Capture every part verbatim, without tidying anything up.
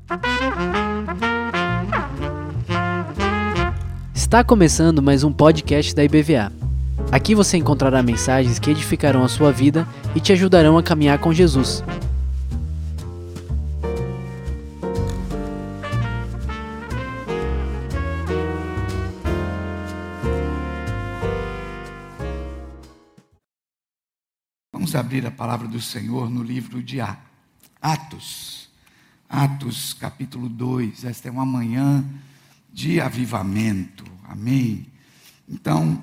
Está começando mais um podcast da I B V A. Aqui você encontrará mensagens que edificarão a sua vida e te ajudarão a caminhar com Jesus. Vamos abrir a palavra do Senhor no livro de Atos. Atos, capítulo dois. Esta é uma manhã de avivamento. Amém? Então,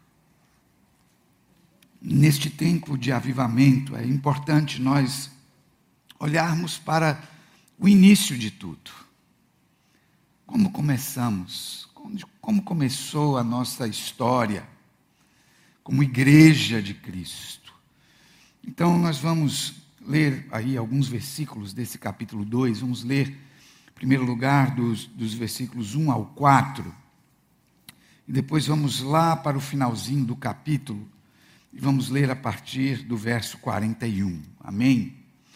neste tempo de avivamento, é importante nós olharmos para o início de tudo. Como começamos? Como começou a nossa história como igreja de Cristo? Então, nós vamos ler aí alguns versículos desse capítulo dois. Vamos ler, em primeiro lugar, dos, dos versículos um ao quatro. E depois vamos lá para o finalzinho do capítulo. E vamos ler a partir do verso quarenta e um. Amém?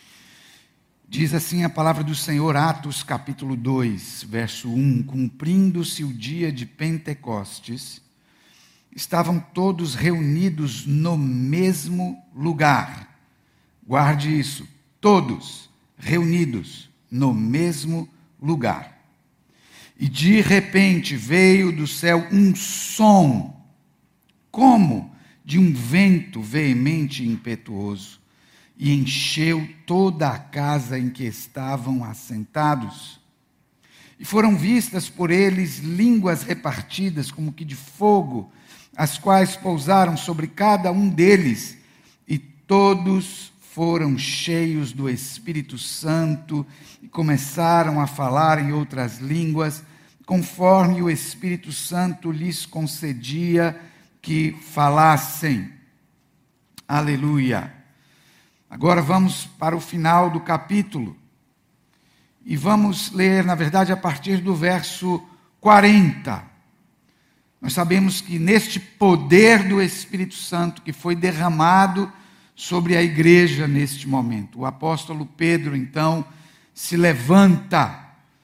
Diz assim a palavra do Senhor, Atos capítulo dois, verso um. Cumprindo-se o dia de Pentecostes, estavam todos reunidos no mesmo lugar. Guarde isso, todos reunidos no mesmo lugar. E de repente veio do céu um som, como de um vento veemente e impetuoso, e encheu toda a casa em que estavam assentados. E foram vistas por eles línguas repartidas como que de fogo, as quais pousaram sobre cada um deles, e todos foram cheios do Espírito Santo e começaram a falar em outras línguas, conforme o Espírito Santo lhes concedia que falassem. Aleluia. Agora vamos para o final do capítulo e vamos ler, na verdade, a partir do verso quarenta. Nós sabemos que neste poder do Espírito Santo que foi derramado sobre a igreja neste momento, o apóstolo Pedro, então, se levanta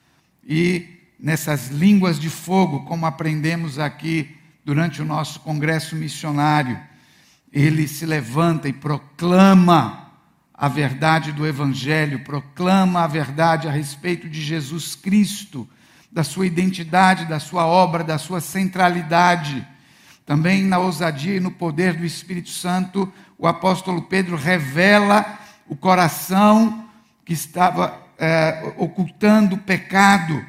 e nessas línguas de fogo, como aprendemos aqui durante o nosso congresso missionário, ele se levanta e proclama a verdade do Evangelho, proclama a verdade a respeito de Jesus Cristo, da sua identidade, da sua obra, da sua centralidade. Também na ousadia e no poder do Espírito Santo, o apóstolo Pedro revela o coração que estava é, ocultando o pecado.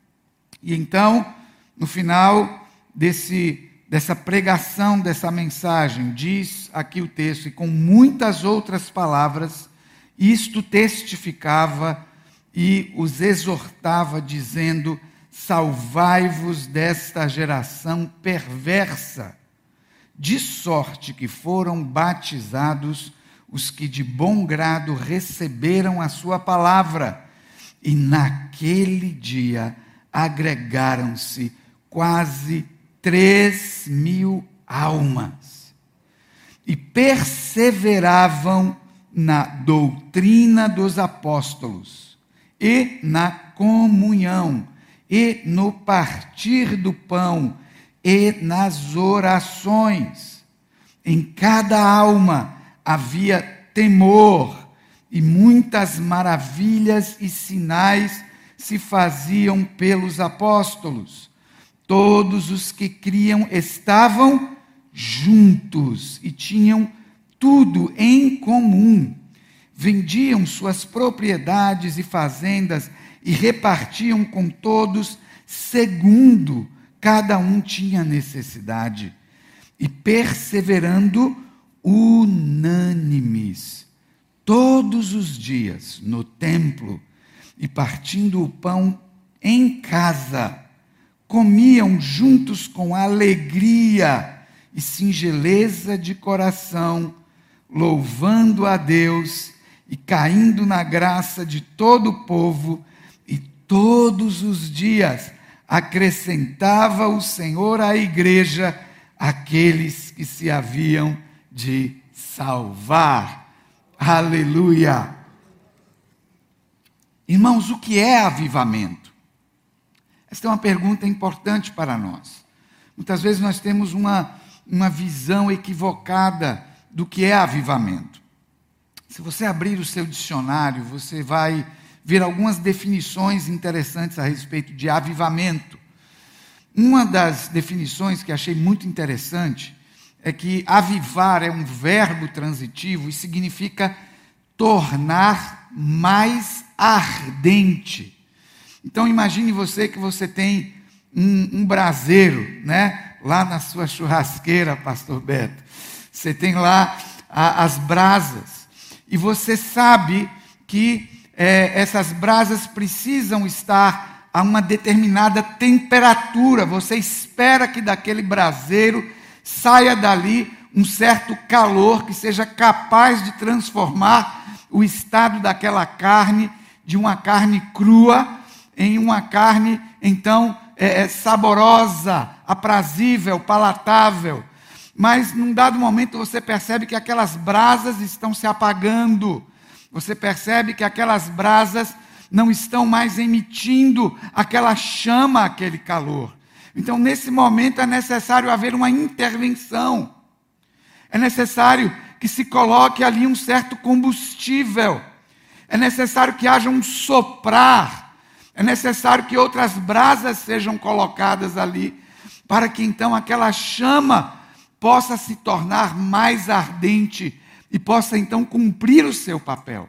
E então, no final desse, dessa pregação, dessa mensagem, diz aqui o texto, e com muitas outras palavras, isto testificava e os exortava, dizendo: salvai-vos desta geração perversa, de sorte que foram batizados os que de bom grado receberam a sua palavra. E naquele dia agregaram-se quase três mil almas. E perseveravam na doutrina dos apóstolos, e na comunhão, e no partir do pão, e nas orações. Em cada alma havia temor, e muitas maravilhas e sinais se faziam pelos apóstolos. Todos os que criam estavam juntos e tinham tudo em comum. Vendiam suas propriedades e fazendas e repartiam com todos segundo cada um tinha necessidade. E perseverando unânimes todos os dias no templo e partindo o pão em casa, comiam juntos com alegria e singeleza de coração, louvando a Deus e caindo na graça de todo o povo, e todos os dias acrescentava o Senhor à igreja aqueles que se haviam de salvar. Aleluia! Irmãos, o que é avivamento? Esta é uma pergunta importante para nós. Muitas vezes nós temos uma, uma visão equivocada do que é avivamento. Se você abrir o seu dicionário, você vai ver algumas definições interessantes a respeito de avivamento. Uma das definições que achei muito interessante é que avivar é um verbo transitivo e significa tornar mais ardente. Então imagine você que você tem um, um braseiro, né? Lá na sua churrasqueira, pastor Beto. Você tem lá a, as brasas. E você sabe que é, essas brasas precisam estar a uma determinada temperatura. Você espera que daquele braseiro saia dali um certo calor que seja capaz de transformar o estado daquela carne, de uma carne crua, em uma carne, então, é, é, saborosa, aprazível, palatável. Mas, num dado momento, você percebe que aquelas brasas estão se apagando. Você percebe que aquelas brasas não estão mais emitindo aquela chama, aquele calor. Então, nesse momento, é necessário haver uma intervenção. É necessário que se coloque ali um certo combustível. É necessário que haja um soprar. É necessário que outras brasas sejam colocadas ali, para que então aquela chama possa se tornar mais ardente e possa então cumprir o seu papel.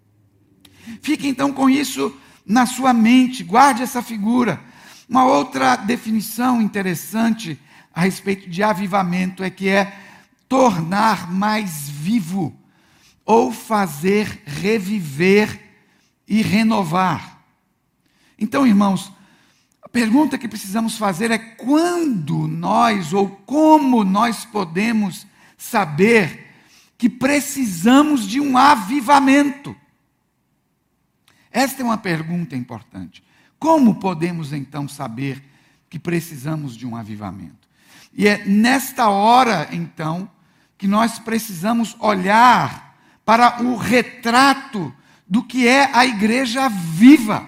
Fique então com isso na sua mente, guarde essa figura. Uma outra definição interessante a respeito de avivamento é que é tornar mais vivo, ou fazer reviver e renovar. Então, irmãos, a pergunta que precisamos fazer é quando nós, ou como nós podemos saber que precisamos de um avivamento? Esta é uma pergunta importante. Como podemos então saber que precisamos de um avivamento? E é nesta hora, então, que nós precisamos olhar para o retrato do que é a igreja viva.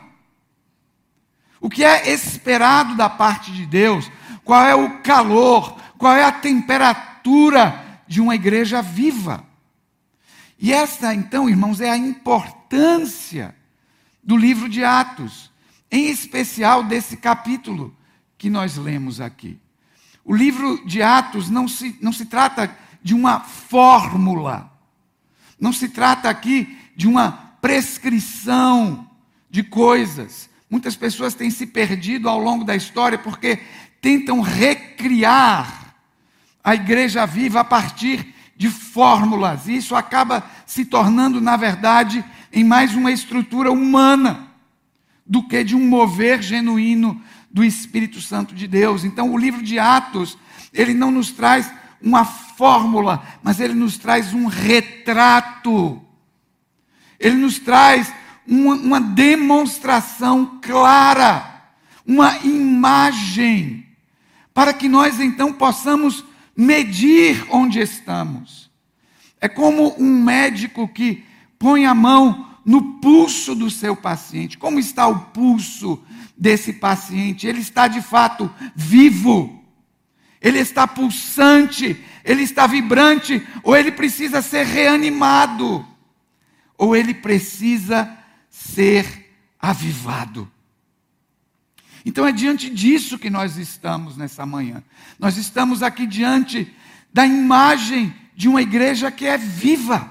O que é esperado da parte de Deus? Qual é o calor? Qual é a temperatura de uma igreja viva? E esta, então, irmãos, é a importância do livro de Atos, em especial desse capítulo que nós lemos aqui. O livro de Atos não se, não se trata de uma fórmula, não se trata aqui de uma prescrição de coisas. Muitas pessoas têm se perdido ao longo da história porque tentam recriar a igreja viva a partir de fórmulas. E isso acaba se tornando, na verdade, em mais uma estrutura humana do que de um mover genuíno do Espírito Santo de Deus. Então, o livro de Atos, ele não nos traz uma fórmula, mas ele nos traz um retrato. Ele nos traz uma, uma demonstração clara, uma imagem, para que nós então possamos medir onde estamos. É como um médico que põe a mão no pulso do seu paciente. Como está o pulso desse paciente? Ele está de fato vivo? Ele está pulsante? Ele está vibrante? Ou ele precisa ser reanimado? Ou ele precisa ser avivado? Então é diante disso que nós estamos nessa manhã. Nós estamos aqui diante da imagem de uma igreja que é viva.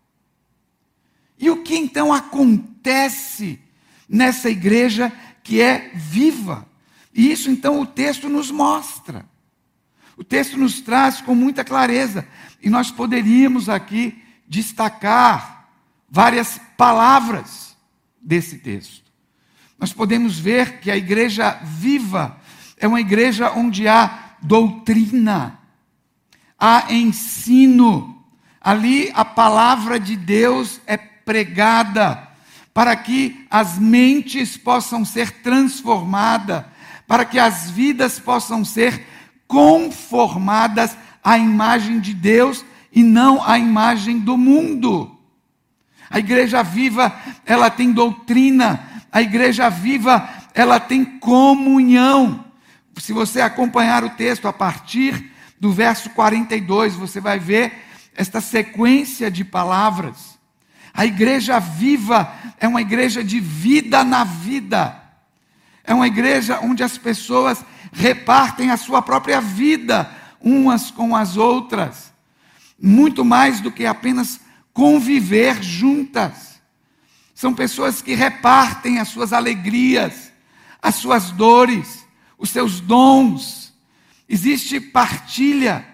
E o que então acontece nessa igreja que é viva? E isso então o texto nos mostra. O texto nos traz com muita clareza. E nós poderíamos aqui destacar várias palavras desse texto. Nós podemos ver que a igreja viva é uma igreja onde há doutrina, há ensino. Ali a palavra de Deus é pregada para que as mentes possam ser transformadas, para que as vidas possam ser conformadas à imagem de Deus e não à imagem do mundo. A igreja viva, ela tem doutrina, A igreja viva, ela tem comunhão. Se você acompanhar o texto a partir do verso quarenta e dois, você vai ver esta sequência de palavras. A igreja viva é uma igreja de vida na vida. É uma igreja onde as pessoas repartem a sua própria vida umas com as outras. Muito mais do que apenas conviver juntas. São pessoas que repartem as suas alegrias, as suas dores, os seus dons. Existe partilha.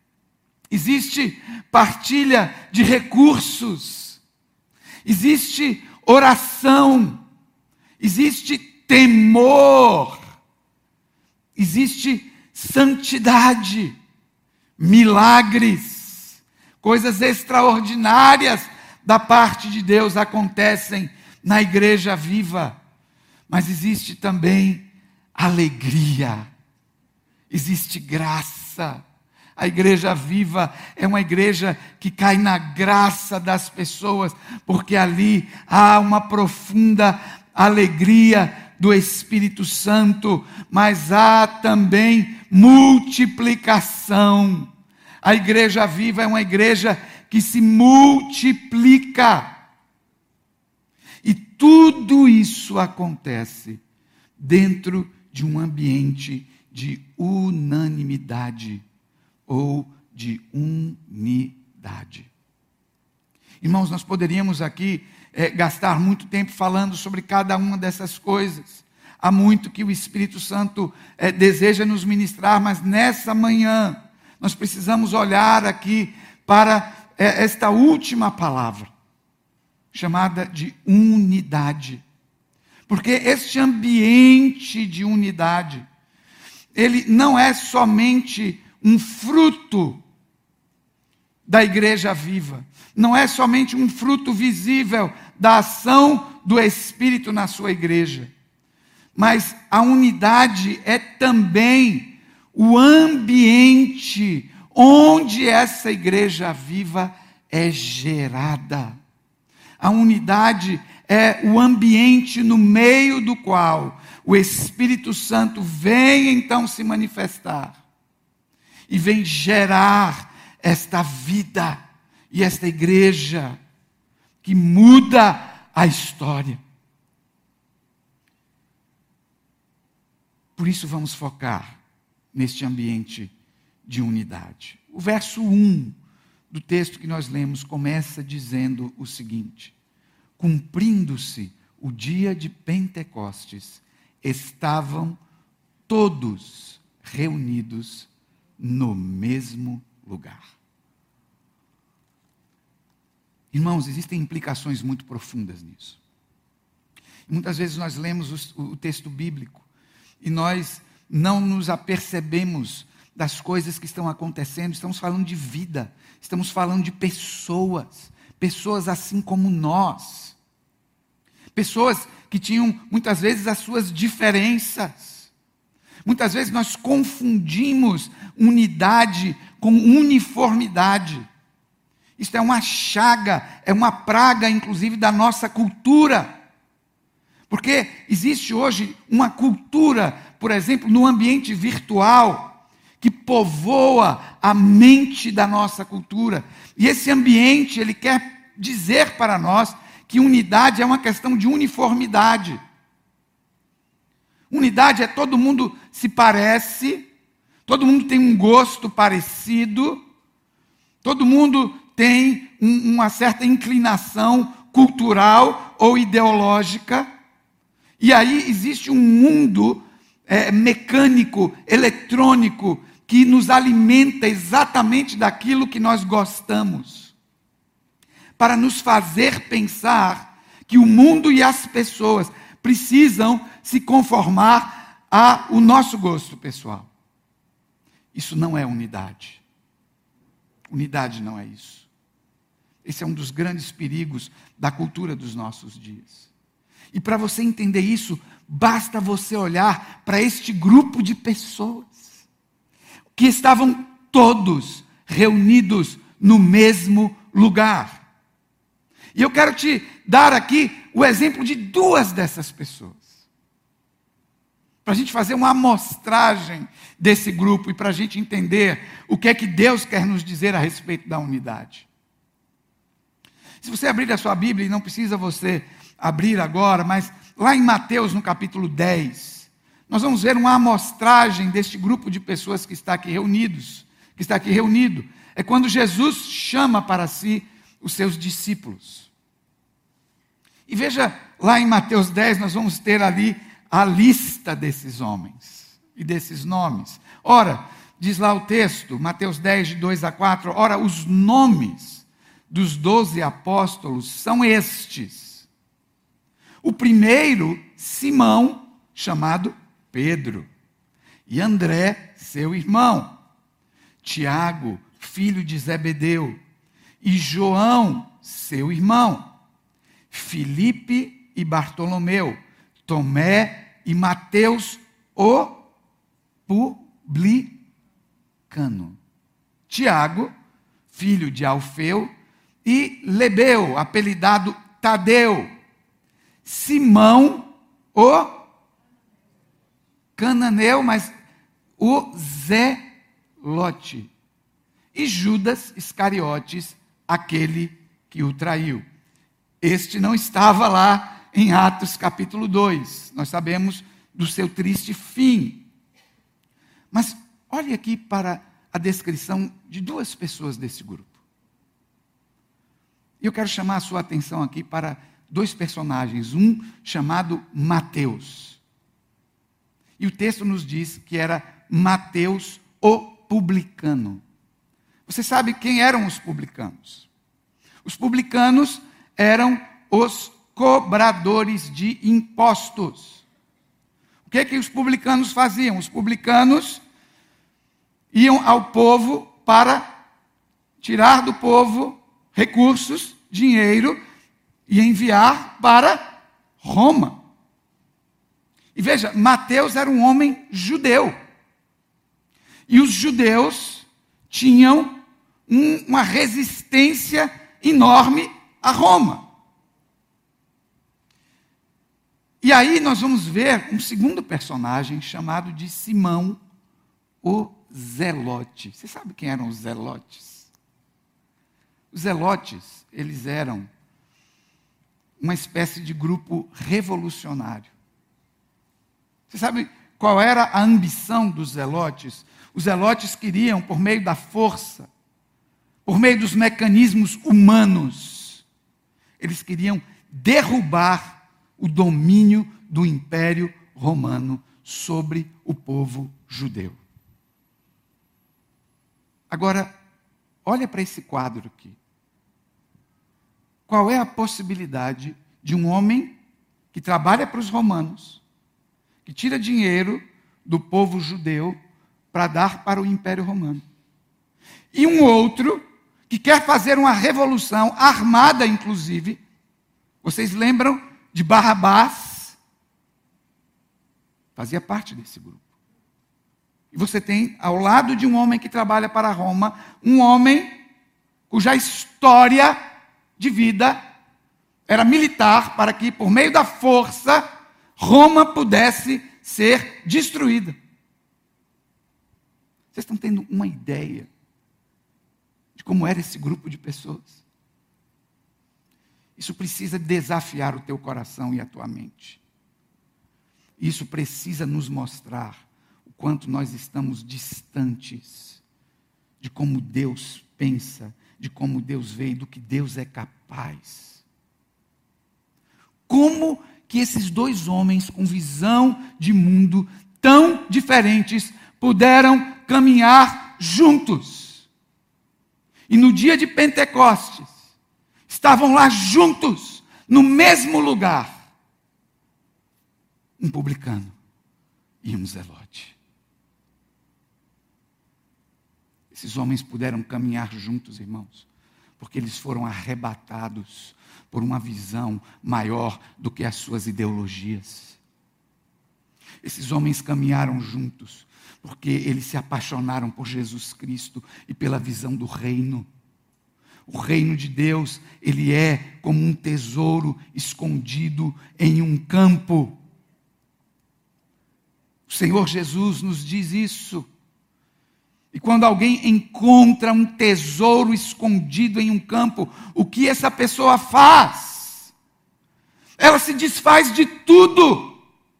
Existe partilha de recursos. Existe oração. Existe temor. Existe santidade. Milagres. Coisas extraordinárias da parte de Deus acontecem na igreja viva. Mas existe também alegria. Existe graça. A igreja viva é uma igreja que cai na graça das pessoas, porque ali há uma profunda alegria do Espírito Santo, mas há também multiplicação. A igreja viva é uma igreja que se multiplica. E tudo isso acontece dentro de um ambiente de unanimidade ou de unidade. Irmãos, nós poderíamos aqui é, gastar muito tempo falando sobre cada uma dessas coisas. Há muito que o Espírito Santo é, deseja nos ministrar, mas nessa manhã nós precisamos olhar aqui para é, esta última palavra, chamada de unidade. Porque este ambiente de unidade, ele não é somente um fruto da igreja viva, não é somente um fruto visível da ação do Espírito na sua igreja, mas a unidade é também o ambiente onde essa igreja viva é gerada. A unidade é o ambiente no meio do qual o Espírito Santo vem então se manifestar e vem gerar esta vida e esta igreja que muda a história. Por isso vamos focar neste ambiente de unidade. O verso um do texto que nós lemos começa dizendo o seguinte: cumprindo-se o dia de Pentecostes, estavam todos reunidos no mesmo lugar. Irmãos, existem implicações muito profundas nisso. Muitas vezes nós lemos o, o texto bíblico e nós não nos apercebemos das coisas que estão acontecendo. Estamos falando de vida, estamos falando de pessoas, pessoas assim como nós, pessoas que tinham muitas vezes as suas diferenças. Muitas vezes nós confundimos unidade com uniformidade. Isto é uma chaga, é uma praga, inclusive, da nossa cultura. Porque existe hoje uma cultura, por exemplo, no ambiente virtual, que povoa a mente da nossa cultura. E esse ambiente, ele quer dizer para nós que unidade é uma questão de uniformidade. Unidade é todo mundo se parece, todo mundo tem um gosto parecido, todo mundo tem um, uma certa inclinação cultural ou ideológica. E aí existe um mundo é, mecânico, eletrônico, que nos alimenta exatamente daquilo que nós gostamos, para nos fazer pensar que o mundo e as pessoas precisam se conformar ao nosso gosto pessoal. Isso não é unidade. Unidade não é isso. Esse é um dos grandes perigos da cultura dos nossos dias. E para você entender isso, basta você olhar para este grupo de pessoas que estavam todos reunidos no mesmo lugar. E eu quero te dar aqui o exemplo de duas dessas pessoas. Para a gente fazer uma amostragem desse grupo e para a gente entender o que é que Deus quer nos dizer a respeito da unidade. Se você abrir a sua Bíblia, e não precisa você abrir agora, mas lá em Mateus, no capítulo dez, nós vamos ver uma amostragem deste grupo de pessoas que está aqui reunidos, que está aqui reunido. É quando Jesus chama para si os seus discípulos. E veja, lá em Mateus dez, nós vamos ter ali a lista desses homens e desses nomes. Ora, diz lá o texto, Mateus dez, de dois a quatro, ora, os nomes dos doze apóstolos são estes. O primeiro, Simão, chamado Pedro, e André, seu irmão, Tiago, filho de Zebedeu, e João, seu irmão, Filipe e Bartolomeu, Tomé e Mateus, o publicano, Tiago, filho de Alfeu, e Lebeu, apelidado Tadeu, Simão, o cananeu, mas o Zelote, e Judas Iscariotes, aquele que o traiu. Este não estava lá em Atos capítulo dois. Nós sabemos do seu triste fim. Mas olhe aqui para a descrição de duas pessoas desse grupo. E eu quero chamar a sua atenção aqui para dois personagens. Um chamado Mateus. E o texto nos diz que era Mateus, o publicano. Você sabe quem eram os publicanos? Os publicanos eram os cobradores de impostos. O que é que os publicanos faziam? Os publicanos iam ao povo para tirar do povo recursos, dinheiro, e enviar para Roma. E veja, Mateus era um homem judeu. E os judeus tinham um, uma resistência enorme a Roma. E aí nós vamos ver um segundo personagem chamado de Simão, o Zelote. Você sabe quem eram os Zelotes? Os Zelotes, eles eram uma espécie de grupo revolucionário. Você sabe qual era a ambição dos Zelotes? Os Zelotes queriam, por meio da força, por meio dos mecanismos humanos, eles queriam derrubar o domínio do Império Romano sobre o povo judeu. Agora, olha para esse quadro aqui. Qual é a possibilidade de um homem que trabalha para os romanos, que tira dinheiro do povo judeu para dar para o Império Romano, e um outro que quer fazer uma revolução armada, inclusive? Vocês lembram de Barrabás? Fazia parte desse grupo. E você tem, ao lado de um homem que trabalha para Roma, um homem cuja história de vida era militar, para que, por meio da força, Roma pudesse ser destruída. Vocês estão tendo uma ideia de como era esse grupo de pessoas? Isso precisa desafiar o teu coração e a tua mente. Isso precisa nos mostrar o quanto nós estamos distantes de como Deus pensa, de como Deus vê e do que Deus é capaz. Como que esses dois homens com visão de mundo tão diferentes puderam caminhar juntos? E no dia de Pentecostes, estavam lá juntos, no mesmo lugar, um publicano e um zelote. Esses homens puderam caminhar juntos, irmãos, porque eles foram arrebatados por uma visão maior do que as suas ideologias. Esses homens caminharam juntos, porque eles se apaixonaram por Jesus Cristo e pela visão do reino. O reino de Deus, ele é como um tesouro escondido em um campo. O Senhor Jesus nos diz isso. E quando alguém encontra um tesouro escondido em um campo, o que essa pessoa faz? Ela se desfaz de tudo.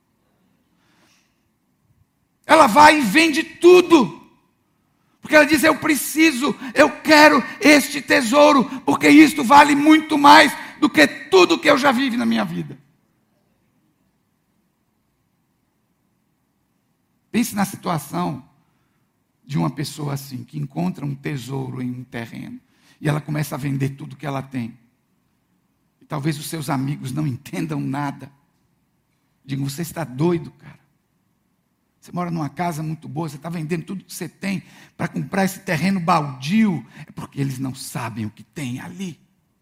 Ela vai e vende tudo. Porque ela diz, eu preciso, eu quero este tesouro, porque isto vale muito mais do que tudo que eu já vivi na minha vida. Pense na situação de uma pessoa assim, que encontra um tesouro em um terreno, e ela começa a vender tudo que ela tem. E talvez os seus amigos não entendam nada. Digam, você está doido, cara. Você mora numa casa muito boa, você está vendendo tudo que você tem para comprar esse terreno baldio. É porque eles não sabem o que tem ali.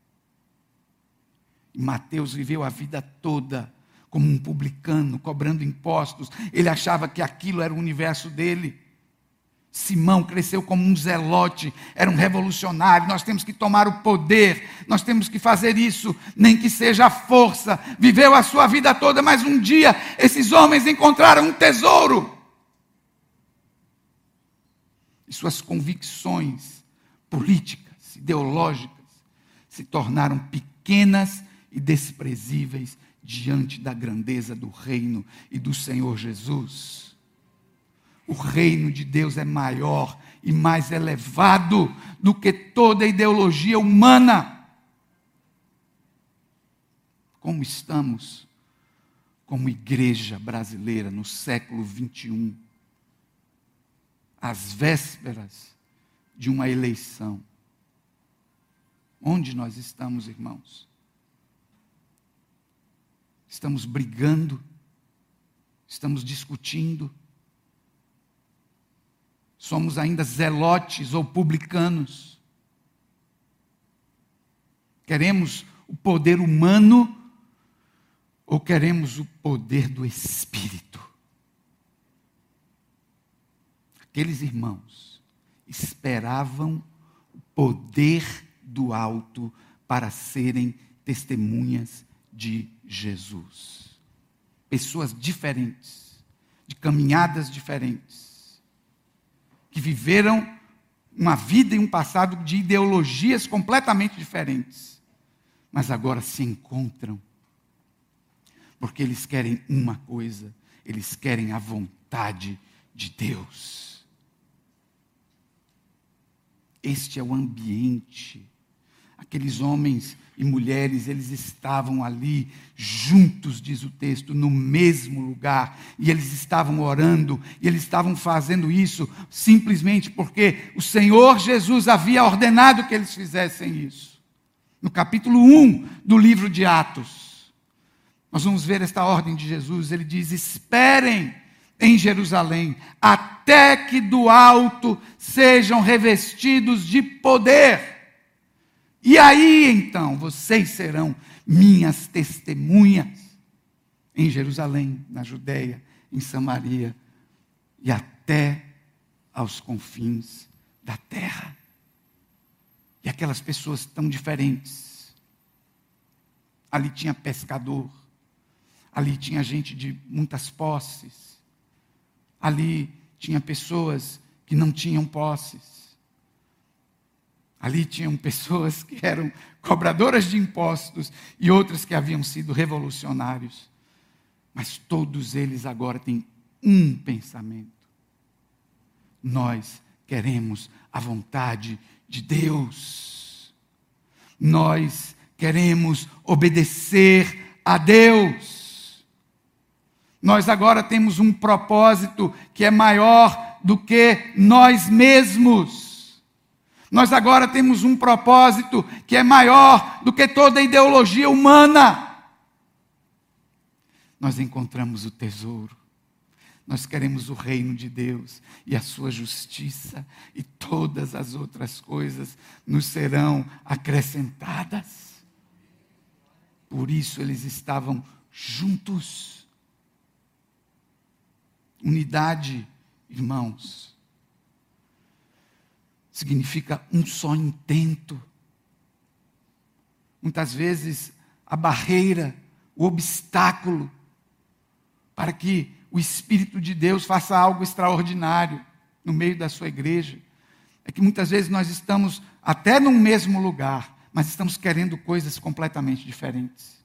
E Mateus viveu a vida toda como um publicano, cobrando impostos. Ele achava que aquilo era o universo dele. Simão cresceu como um zelote, era um revolucionário. Nós temos que tomar o poder, nós temos que fazer isso, nem que seja a força. Viveu a sua vida toda, mas um dia esses homens encontraram um tesouro. E suas convicções políticas, ideológicas, se tornaram pequenas e desprezíveis diante da grandeza do reino e do Senhor Jesus. O reino de Deus é maior e mais elevado do que toda ideologia humana. Como estamos como igreja brasileira no século vinte e um, às vésperas de uma eleição? Onde nós estamos, irmãos? Estamos brigando, estamos discutindo, somos ainda zelotes ou publicanos. Queremos o poder humano ou queremos o poder do Espírito? Aqueles irmãos esperavam o poder do alto para serem testemunhas de Jesus. Pessoas diferentes, de caminhadas diferentes, que viveram uma vida e um passado de ideologias completamente diferentes, mas agora se encontram, porque eles querem uma coisa, eles querem a vontade de Deus. Este é o ambiente. Aqueles homens e mulheres, eles estavam ali juntos, diz o texto, no mesmo lugar, e eles estavam orando, e eles estavam fazendo isso simplesmente porque o Senhor Jesus havia ordenado que eles fizessem isso. No capítulo um do livro de Atos, nós vamos ver esta ordem de Jesus. Ele diz, esperem em Jerusalém, até que do alto sejam revestidos de poder. E aí, então, vocês serão minhas testemunhas em Jerusalém, na Judeia, em Samaria e até aos confins da terra. E aquelas pessoas tão diferentes. Ali tinha pescador, ali tinha gente de muitas posses, ali tinha pessoas que não tinham posses. Ali tinham pessoas que eram cobradoras de impostos e outras que haviam sido revolucionários. Mas todos eles agora têm um pensamento. Nós queremos a vontade de Deus. Nós queremos obedecer a Deus. Nós agora temos um propósito que é maior do que nós mesmos. Nós agora temos um propósito que é maior do que toda a ideologia humana. Nós encontramos o tesouro. Nós queremos o reino de Deus e a sua justiça, e todas as outras coisas nos serão acrescentadas. Por isso eles estavam juntos. Unidade, irmãos, significa um só intento, muitas vezes, a barreira, o obstáculo para que o Espírito de Deus faça algo extraordinário no meio da sua igreja. É que muitas vezes nós estamos até no mesmo lugar, mas estamos querendo coisas completamente diferentes.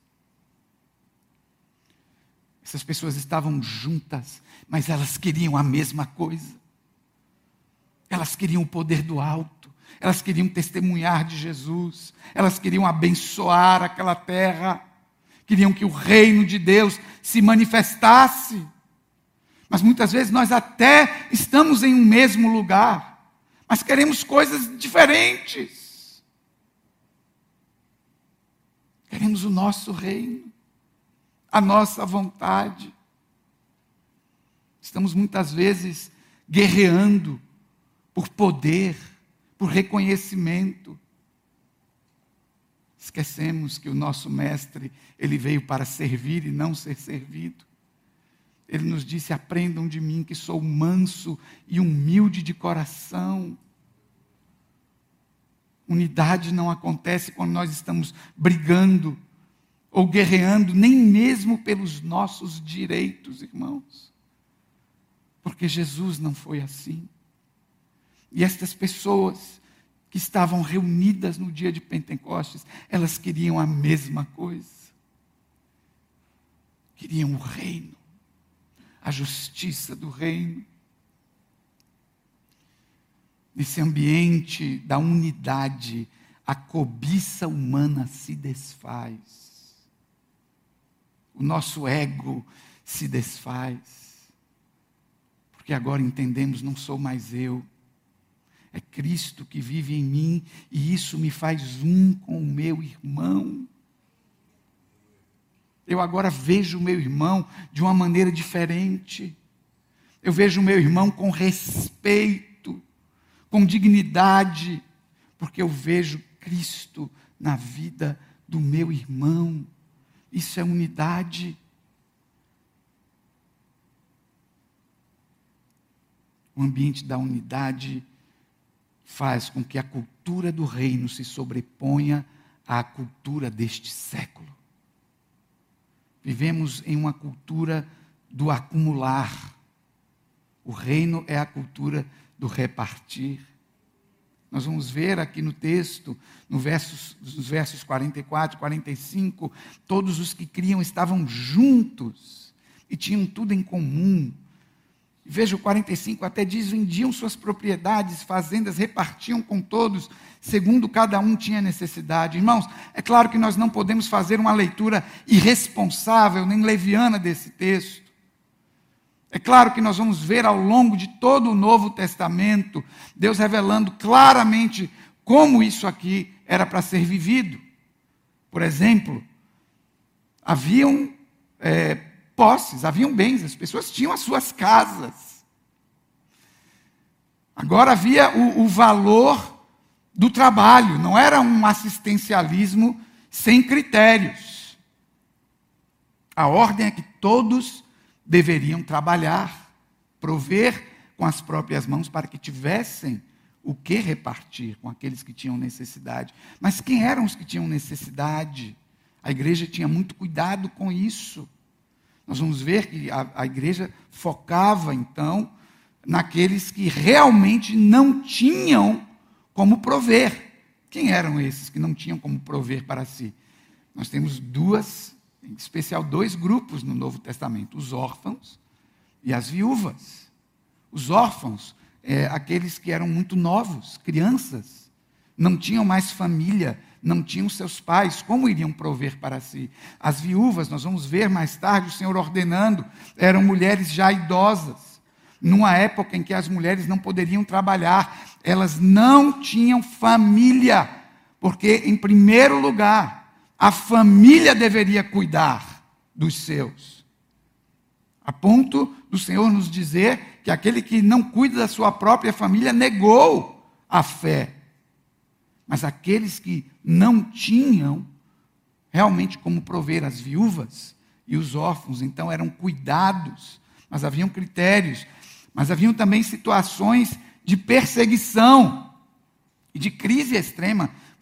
Essas pessoas estavam juntas, mas elas queriam a mesma coisa. Elas queriam o poder do alto, elas queriam testemunhar de Jesus, elas queriam abençoar aquela terra, queriam que o reino de Deus se manifestasse. Mas muitas vezes nós até estamos em um mesmo lugar, mas queremos coisas diferentes. Queremos o nosso reino, a nossa vontade. Estamos muitas vezes guerreando por poder, por reconhecimento. Esquecemos que o nosso mestre, ele veio para servir e não ser servido. Ele nos disse: aprendam de mim que sou manso e humilde de coração. Unidade não acontece quando nós estamos brigando ou guerreando, nem mesmo pelos nossos direitos, irmãos. Porque Jesus não foi assim. E estas pessoas que estavam reunidas no dia de Pentecostes, elas queriam a mesma coisa. Queriam o reino, a justiça do reino. Nesse ambiente da unidade, a cobiça humana se desfaz. O nosso ego se desfaz. Porque agora entendemos, não sou mais eu. É Cristo que vive em mim e isso me faz um com o meu irmão. Eu agora vejo o meu irmão de uma maneira diferente. Eu vejo o meu irmão com respeito, com dignidade, porque eu vejo Cristo na vida do meu irmão. Isso é unidade. O ambiente da unidade faz com que a cultura do reino se sobreponha à cultura deste século. Vivemos em uma cultura do acumular. O reino é a cultura do repartir. Nós vamos ver aqui no texto, no versos, nos versos quarenta e quatro, quarenta e cinco, todos os que criam estavam juntos e tinham tudo em comum. Veja o quarenta e cinco, até diz: vendiam suas propriedades, fazendas, repartiam com todos, segundo cada um tinha necessidade. Irmãos, é claro que nós não podemos fazer uma leitura irresponsável, nem leviana desse texto. É claro que nós vamos ver ao longo de todo o Novo Testamento, Deus revelando claramente como isso aqui era para ser vivido. Por exemplo, haviam é, posses, haviam bens, as pessoas tinham as suas casas. Agora havia o, o valor do trabalho, não era um assistencialismo sem critérios. A ordem é que todos deveriam trabalhar, prover com as próprias mãos para que tivessem o que repartir com aqueles que tinham necessidade. Mas quem eram os que tinham necessidade? A igreja tinha muito cuidado com isso. Nós vamos ver que a, a igreja focava, então, naqueles que realmente não tinham como prover. Quem eram esses que não tinham como prover para si? Nós temos duas, em especial dois grupos no Novo Testamento: os órfãos e as viúvas. Os órfãos, é, aqueles que eram muito novos, crianças, não tinham mais família, não tinham seus pais, como iriam prover para si? As viúvas, nós vamos ver mais tarde o Senhor ordenando, eram mulheres já idosas, numa época em que as mulheres não poderiam trabalhar, elas não tinham família, porque, em primeiro lugar, a família deveria cuidar dos seus, a ponto do Senhor nos dizer que aquele que não cuida da sua própria família negou a fé. Mas aqueles que não tinham realmente como prover, as viúvas e os órfãos, então eram cuidados, mas haviam critérios, mas haviam também situações de perseguição e de crise extrema.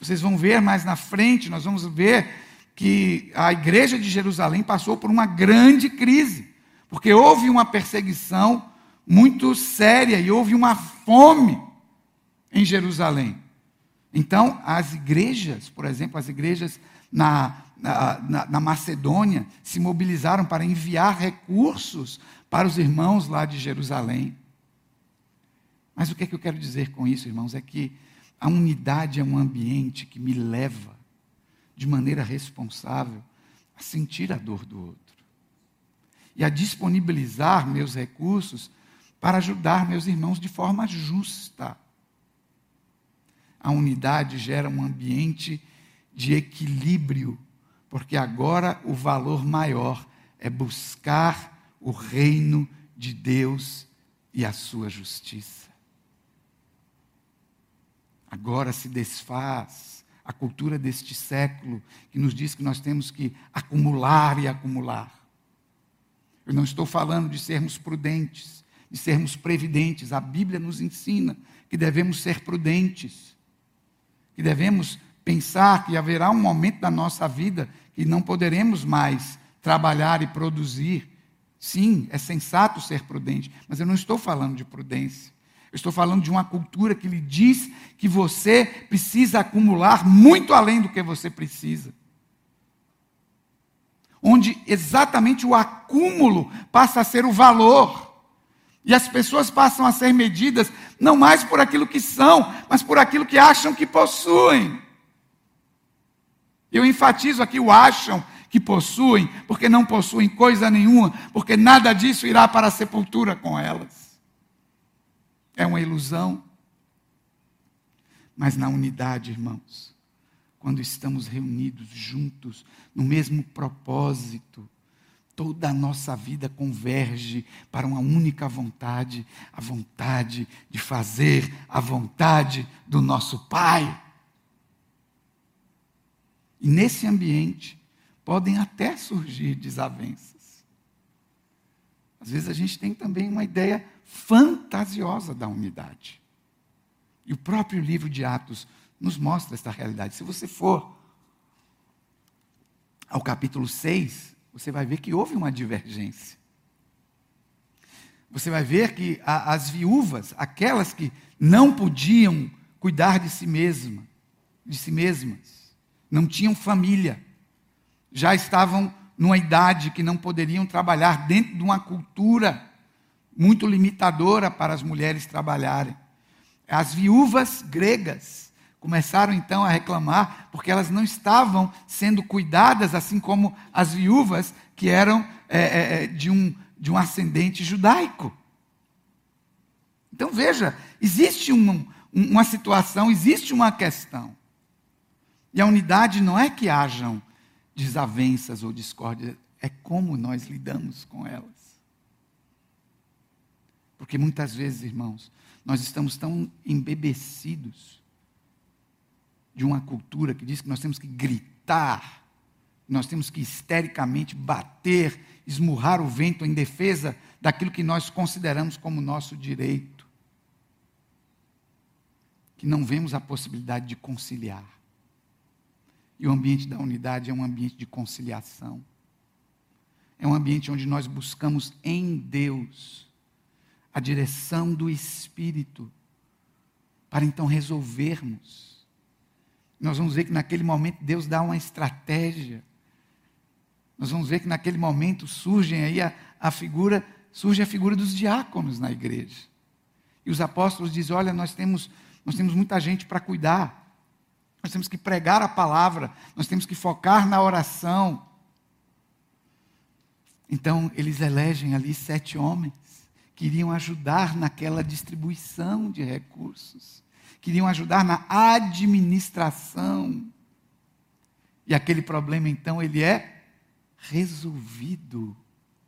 Vocês vão ver mais na frente, nós vamos ver que a igreja de Jerusalém passou por uma grande crise, porque houve uma perseguição muito séria e houve uma fome em Jerusalém. Então, as igrejas, por exemplo, as igrejas na, na, na, na Macedônia, se mobilizaram para enviar recursos para os irmãos lá de Jerusalém. Mas o que é que eu quero dizer com isso, irmãos? É que a unidade é um ambiente que me leva, de maneira responsável, a sentir a dor do outro. E a disponibilizar meus recursos para ajudar meus irmãos de forma justa. A unidade gera um ambiente de equilíbrio, porque agora o valor maior é buscar o reino de Deus e a sua justiça. Agora se desfaz a cultura deste século, que nos diz que nós temos que acumular e acumular. Eu não estou falando de sermos prudentes, de sermos previdentes. A Bíblia nos ensina que devemos ser prudentes, que devemos pensar que haverá um momento da nossa vida que não poderemos mais trabalhar e produzir. Sim, é sensato ser prudente, mas eu não estou falando de prudência. Eu estou falando de uma cultura que lhe diz que você precisa acumular muito além do que você precisa. Onde exatamente o acúmulo passa a ser o valor. E as pessoas passam a ser medidas não mais por aquilo que são, mas por aquilo que acham que possuem. Eu enfatizo aqui o acham que possuem, porque não possuem coisa nenhuma, porque nada disso irá para a sepultura com elas. É uma ilusão. Mas na unidade, irmãos, quando estamos reunidos juntos, no mesmo propósito, toda a nossa vida converge para uma única vontade, a vontade de fazer a vontade do nosso Pai. E nesse ambiente podem até surgir desavenças. Às vezes a gente tem também uma ideia fantasiosa da unidade. E o próprio livro de Atos nos mostra esta realidade. Se você for ao capítulo seis, você vai ver que houve uma divergência. Você vai ver que a, as viúvas, aquelas que não podiam cuidar de si mesma, de si mesmas, não tinham família, já estavam numa idade que não poderiam trabalhar dentro de uma cultura muito limitadora para as mulheres trabalharem. As viúvas gregas começaram então a reclamar porque elas não estavam sendo cuidadas, assim como as viúvas que eram é, é, de, um, de um ascendente judaico. Então veja, existe um, uma situação, existe uma questão. E a unidade não é que hajam desavenças ou discórdias, é como nós lidamos com elas. Porque muitas vezes, irmãos, nós estamos tão embebecidos de uma cultura que diz que nós temos que gritar, nós temos que histericamente bater, esmurrar o vento em defesa daquilo que nós consideramos como nosso direito. Que não vemos a possibilidade de conciliar. E o ambiente da unidade é um ambiente de conciliação. É um ambiente onde nós buscamos em Deus a direção do Espírito, para então resolvermos. Nós vamos ver que naquele momento Deus dá uma estratégia. Nós vamos ver que naquele momento surgem aí a, a figura, surge a figura dos diáconos na igreja. E os apóstolos dizem, olha, nós temos, nós temos muita gente para cuidar. Nós temos que pregar a palavra, nós temos que focar na oração. Então, eles elegem ali sete homens, que iriam ajudar naquela distribuição de recursos, queriam ajudar na administração. E aquele problema, então, ele é resolvido.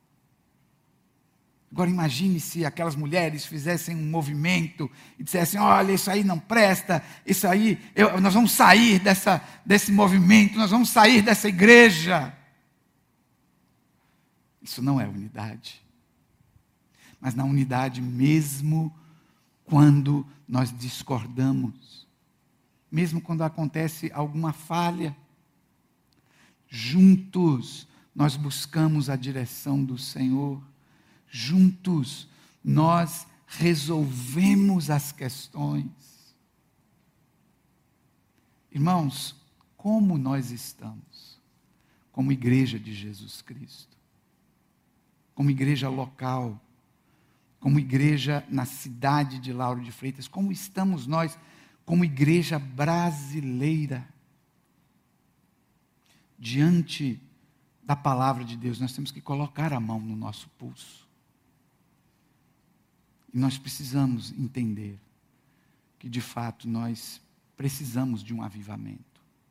Agora imagine se aquelas mulheres fizessem um movimento e dissessem, olha, isso aí não presta, isso aí, eu, nós vamos sair dessa, desse movimento, nós vamos sair dessa igreja. Isso não é unidade. Mas na unidade, mesmo quando nós discordamos, mesmo quando acontece alguma falha. Juntos nós buscamos a direção do Senhor. Juntos nós resolvemos as questões. Irmãos, como nós estamos como igreja de Jesus Cristo? Como igreja local, como igreja na cidade de Lauro de Freitas, como estamos nós como igreja brasileira? Diante da palavra de Deus, nós temos que colocar a mão no nosso pulso. E nós precisamos entender que, de fato, nós precisamos de um avivamento.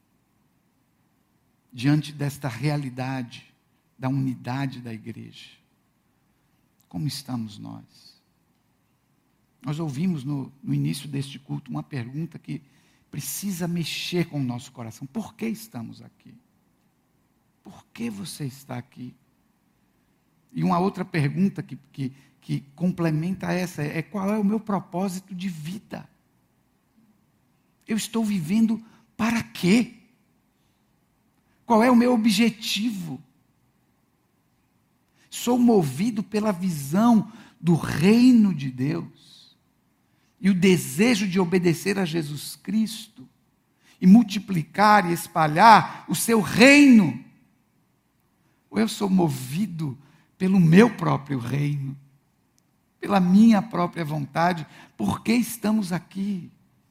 Diante desta realidade da unidade da igreja, como estamos nós? Nós ouvimos no, no início deste culto uma pergunta que precisa mexer com o nosso coração. Por que estamos aqui? Por que você está aqui? E uma outra pergunta que, que, que complementa essa é: qual é o meu propósito de vida? Eu estou vivendo para quê? Qual é o meu objetivo? Sou movido pela visão do reino de Deus e o desejo de obedecer a Jesus Cristo e multiplicar e espalhar o seu reino. Ou eu sou movido pelo meu próprio reino, pela minha própria vontade? Por que estamos aqui?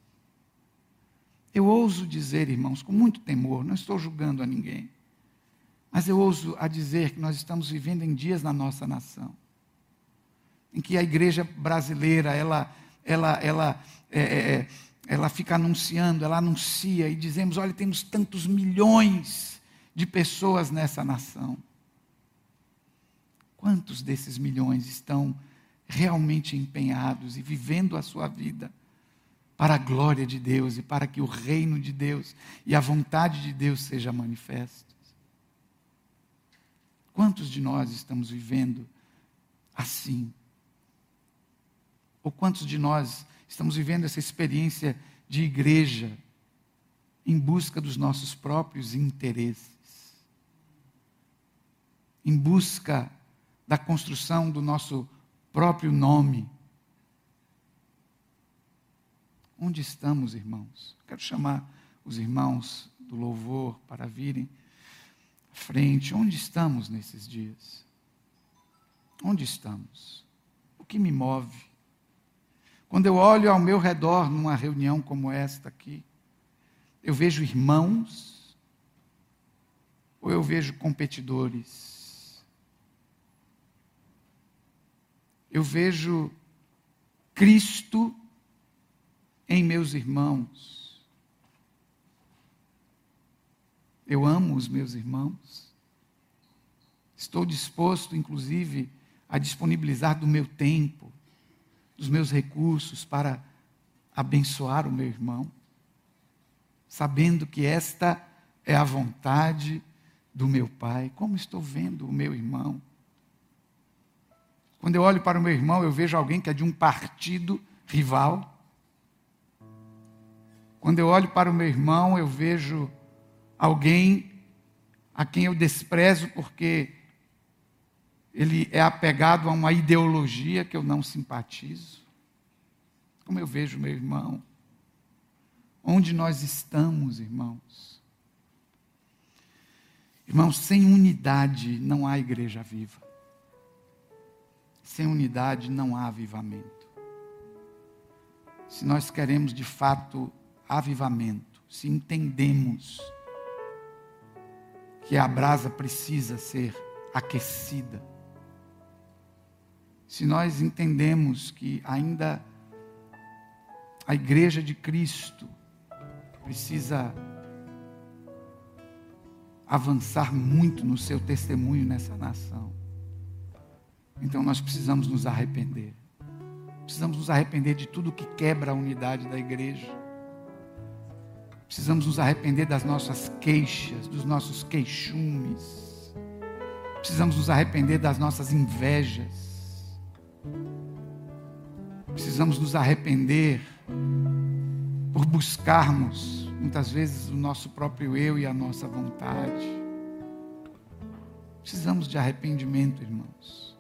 Eu ouso dizer, irmãos, com muito temor, não estou julgando a ninguém, mas eu ouso a dizer que nós estamos vivendo em dias na nossa nação, em que a igreja brasileira, ela, ela, ela, é, é, ela fica anunciando, ela anuncia e dizemos: olha, temos tantos milhões de pessoas nessa nação. Quantos desses milhões estão realmente empenhados e vivendo a sua vida para a glória de Deus e para que o reino de Deus e a vontade de Deus seja manifestos? Quantos de nós estamos vivendo assim? Ou quantos de nós estamos vivendo essa experiência de igreja em busca dos nossos próprios interesses, em busca da construção do nosso próprio nome? Onde estamos, irmãos? Quero chamar os irmãos do louvor para virem à frente. Onde estamos nesses dias? Onde estamos? O que me move? Quando eu olho ao meu redor numa reunião como esta aqui, eu vejo irmãos ou eu vejo competidores? Eu vejo Cristo em meus irmãos. Eu amo os meus irmãos. Estou disposto, inclusive, a disponibilizar do meu tempo, dos meus recursos para abençoar o meu irmão, sabendo que esta é a vontade do meu Pai. Como estou vendo o meu irmão? Quando eu olho para o meu irmão, eu vejo alguém que é de um partido rival. Quando eu olho para o meu irmão, eu vejo alguém a quem eu desprezo porque ele é apegado a uma ideologia que eu não simpatizo. Como eu vejo meu irmão? Onde nós estamos, irmãos? Irmãos, sem unidade não há igreja viva. Sem unidade não há avivamento. Se nós queremos de fato avivamento, se entendemos que a brasa precisa ser aquecida, se nós entendemos que ainda a igreja de Cristo precisa avançar muito no seu testemunho nessa nação, então nós precisamos nos arrepender. Precisamos nos arrepender de tudo que quebra a unidade da igreja. Precisamos nos arrepender das nossas queixas, dos nossos queixumes. Precisamos nos arrepender das nossas invejas. Precisamos nos arrepender por buscarmos, muitas vezes, o nosso próprio eu e a nossa vontade. Precisamos de arrependimento, irmãos.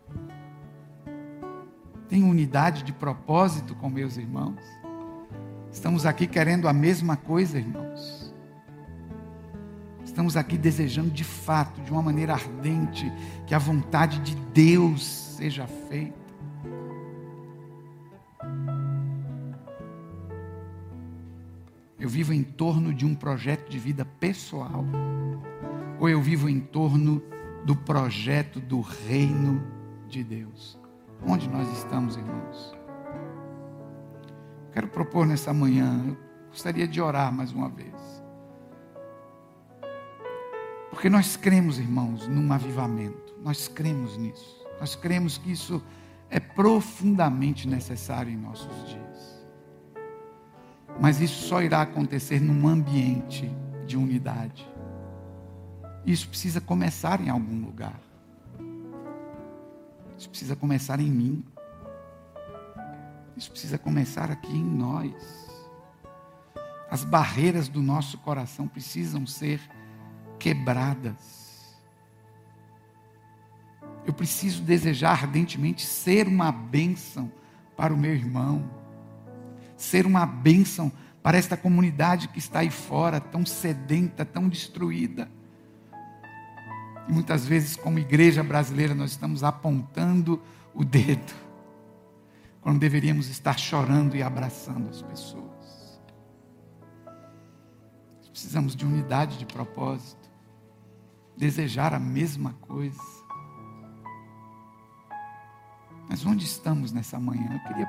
Tenho unidade de propósito com meus irmãos. Estamos aqui querendo a mesma coisa, irmãos. Estamos aqui desejando de fato, de uma maneira ardente, que a vontade de Deus seja feita. Eu vivo em torno de um projeto de vida pessoal, ou eu vivo em torno do projeto do reino de Deus? Onde nós estamos, irmãos? Quero propor nessa manhã, eu gostaria de orar mais uma vez. Porque nós cremos, irmãos, num avivamento. Nós cremos nisso. Nós cremos que isso é profundamente necessário em nossos dias. Mas isso só irá acontecer num ambiente de unidade. Isso precisa começar em algum lugar. Isso precisa começar em mim. Isso precisa começar aqui em nós. As barreiras do nosso coração precisam ser quebradas. Eu preciso desejar ardentemente ser uma bênção para o meu irmão. Ser uma bênção para esta comunidade que está aí fora, tão sedenta, tão destruída. E muitas vezes, como igreja brasileira, nós estamos apontando o dedo, quando deveríamos estar chorando e abraçando as pessoas. Precisamos de unidade de propósito, desejar a mesma coisa. Mas onde estamos nessa manhã? Eu queria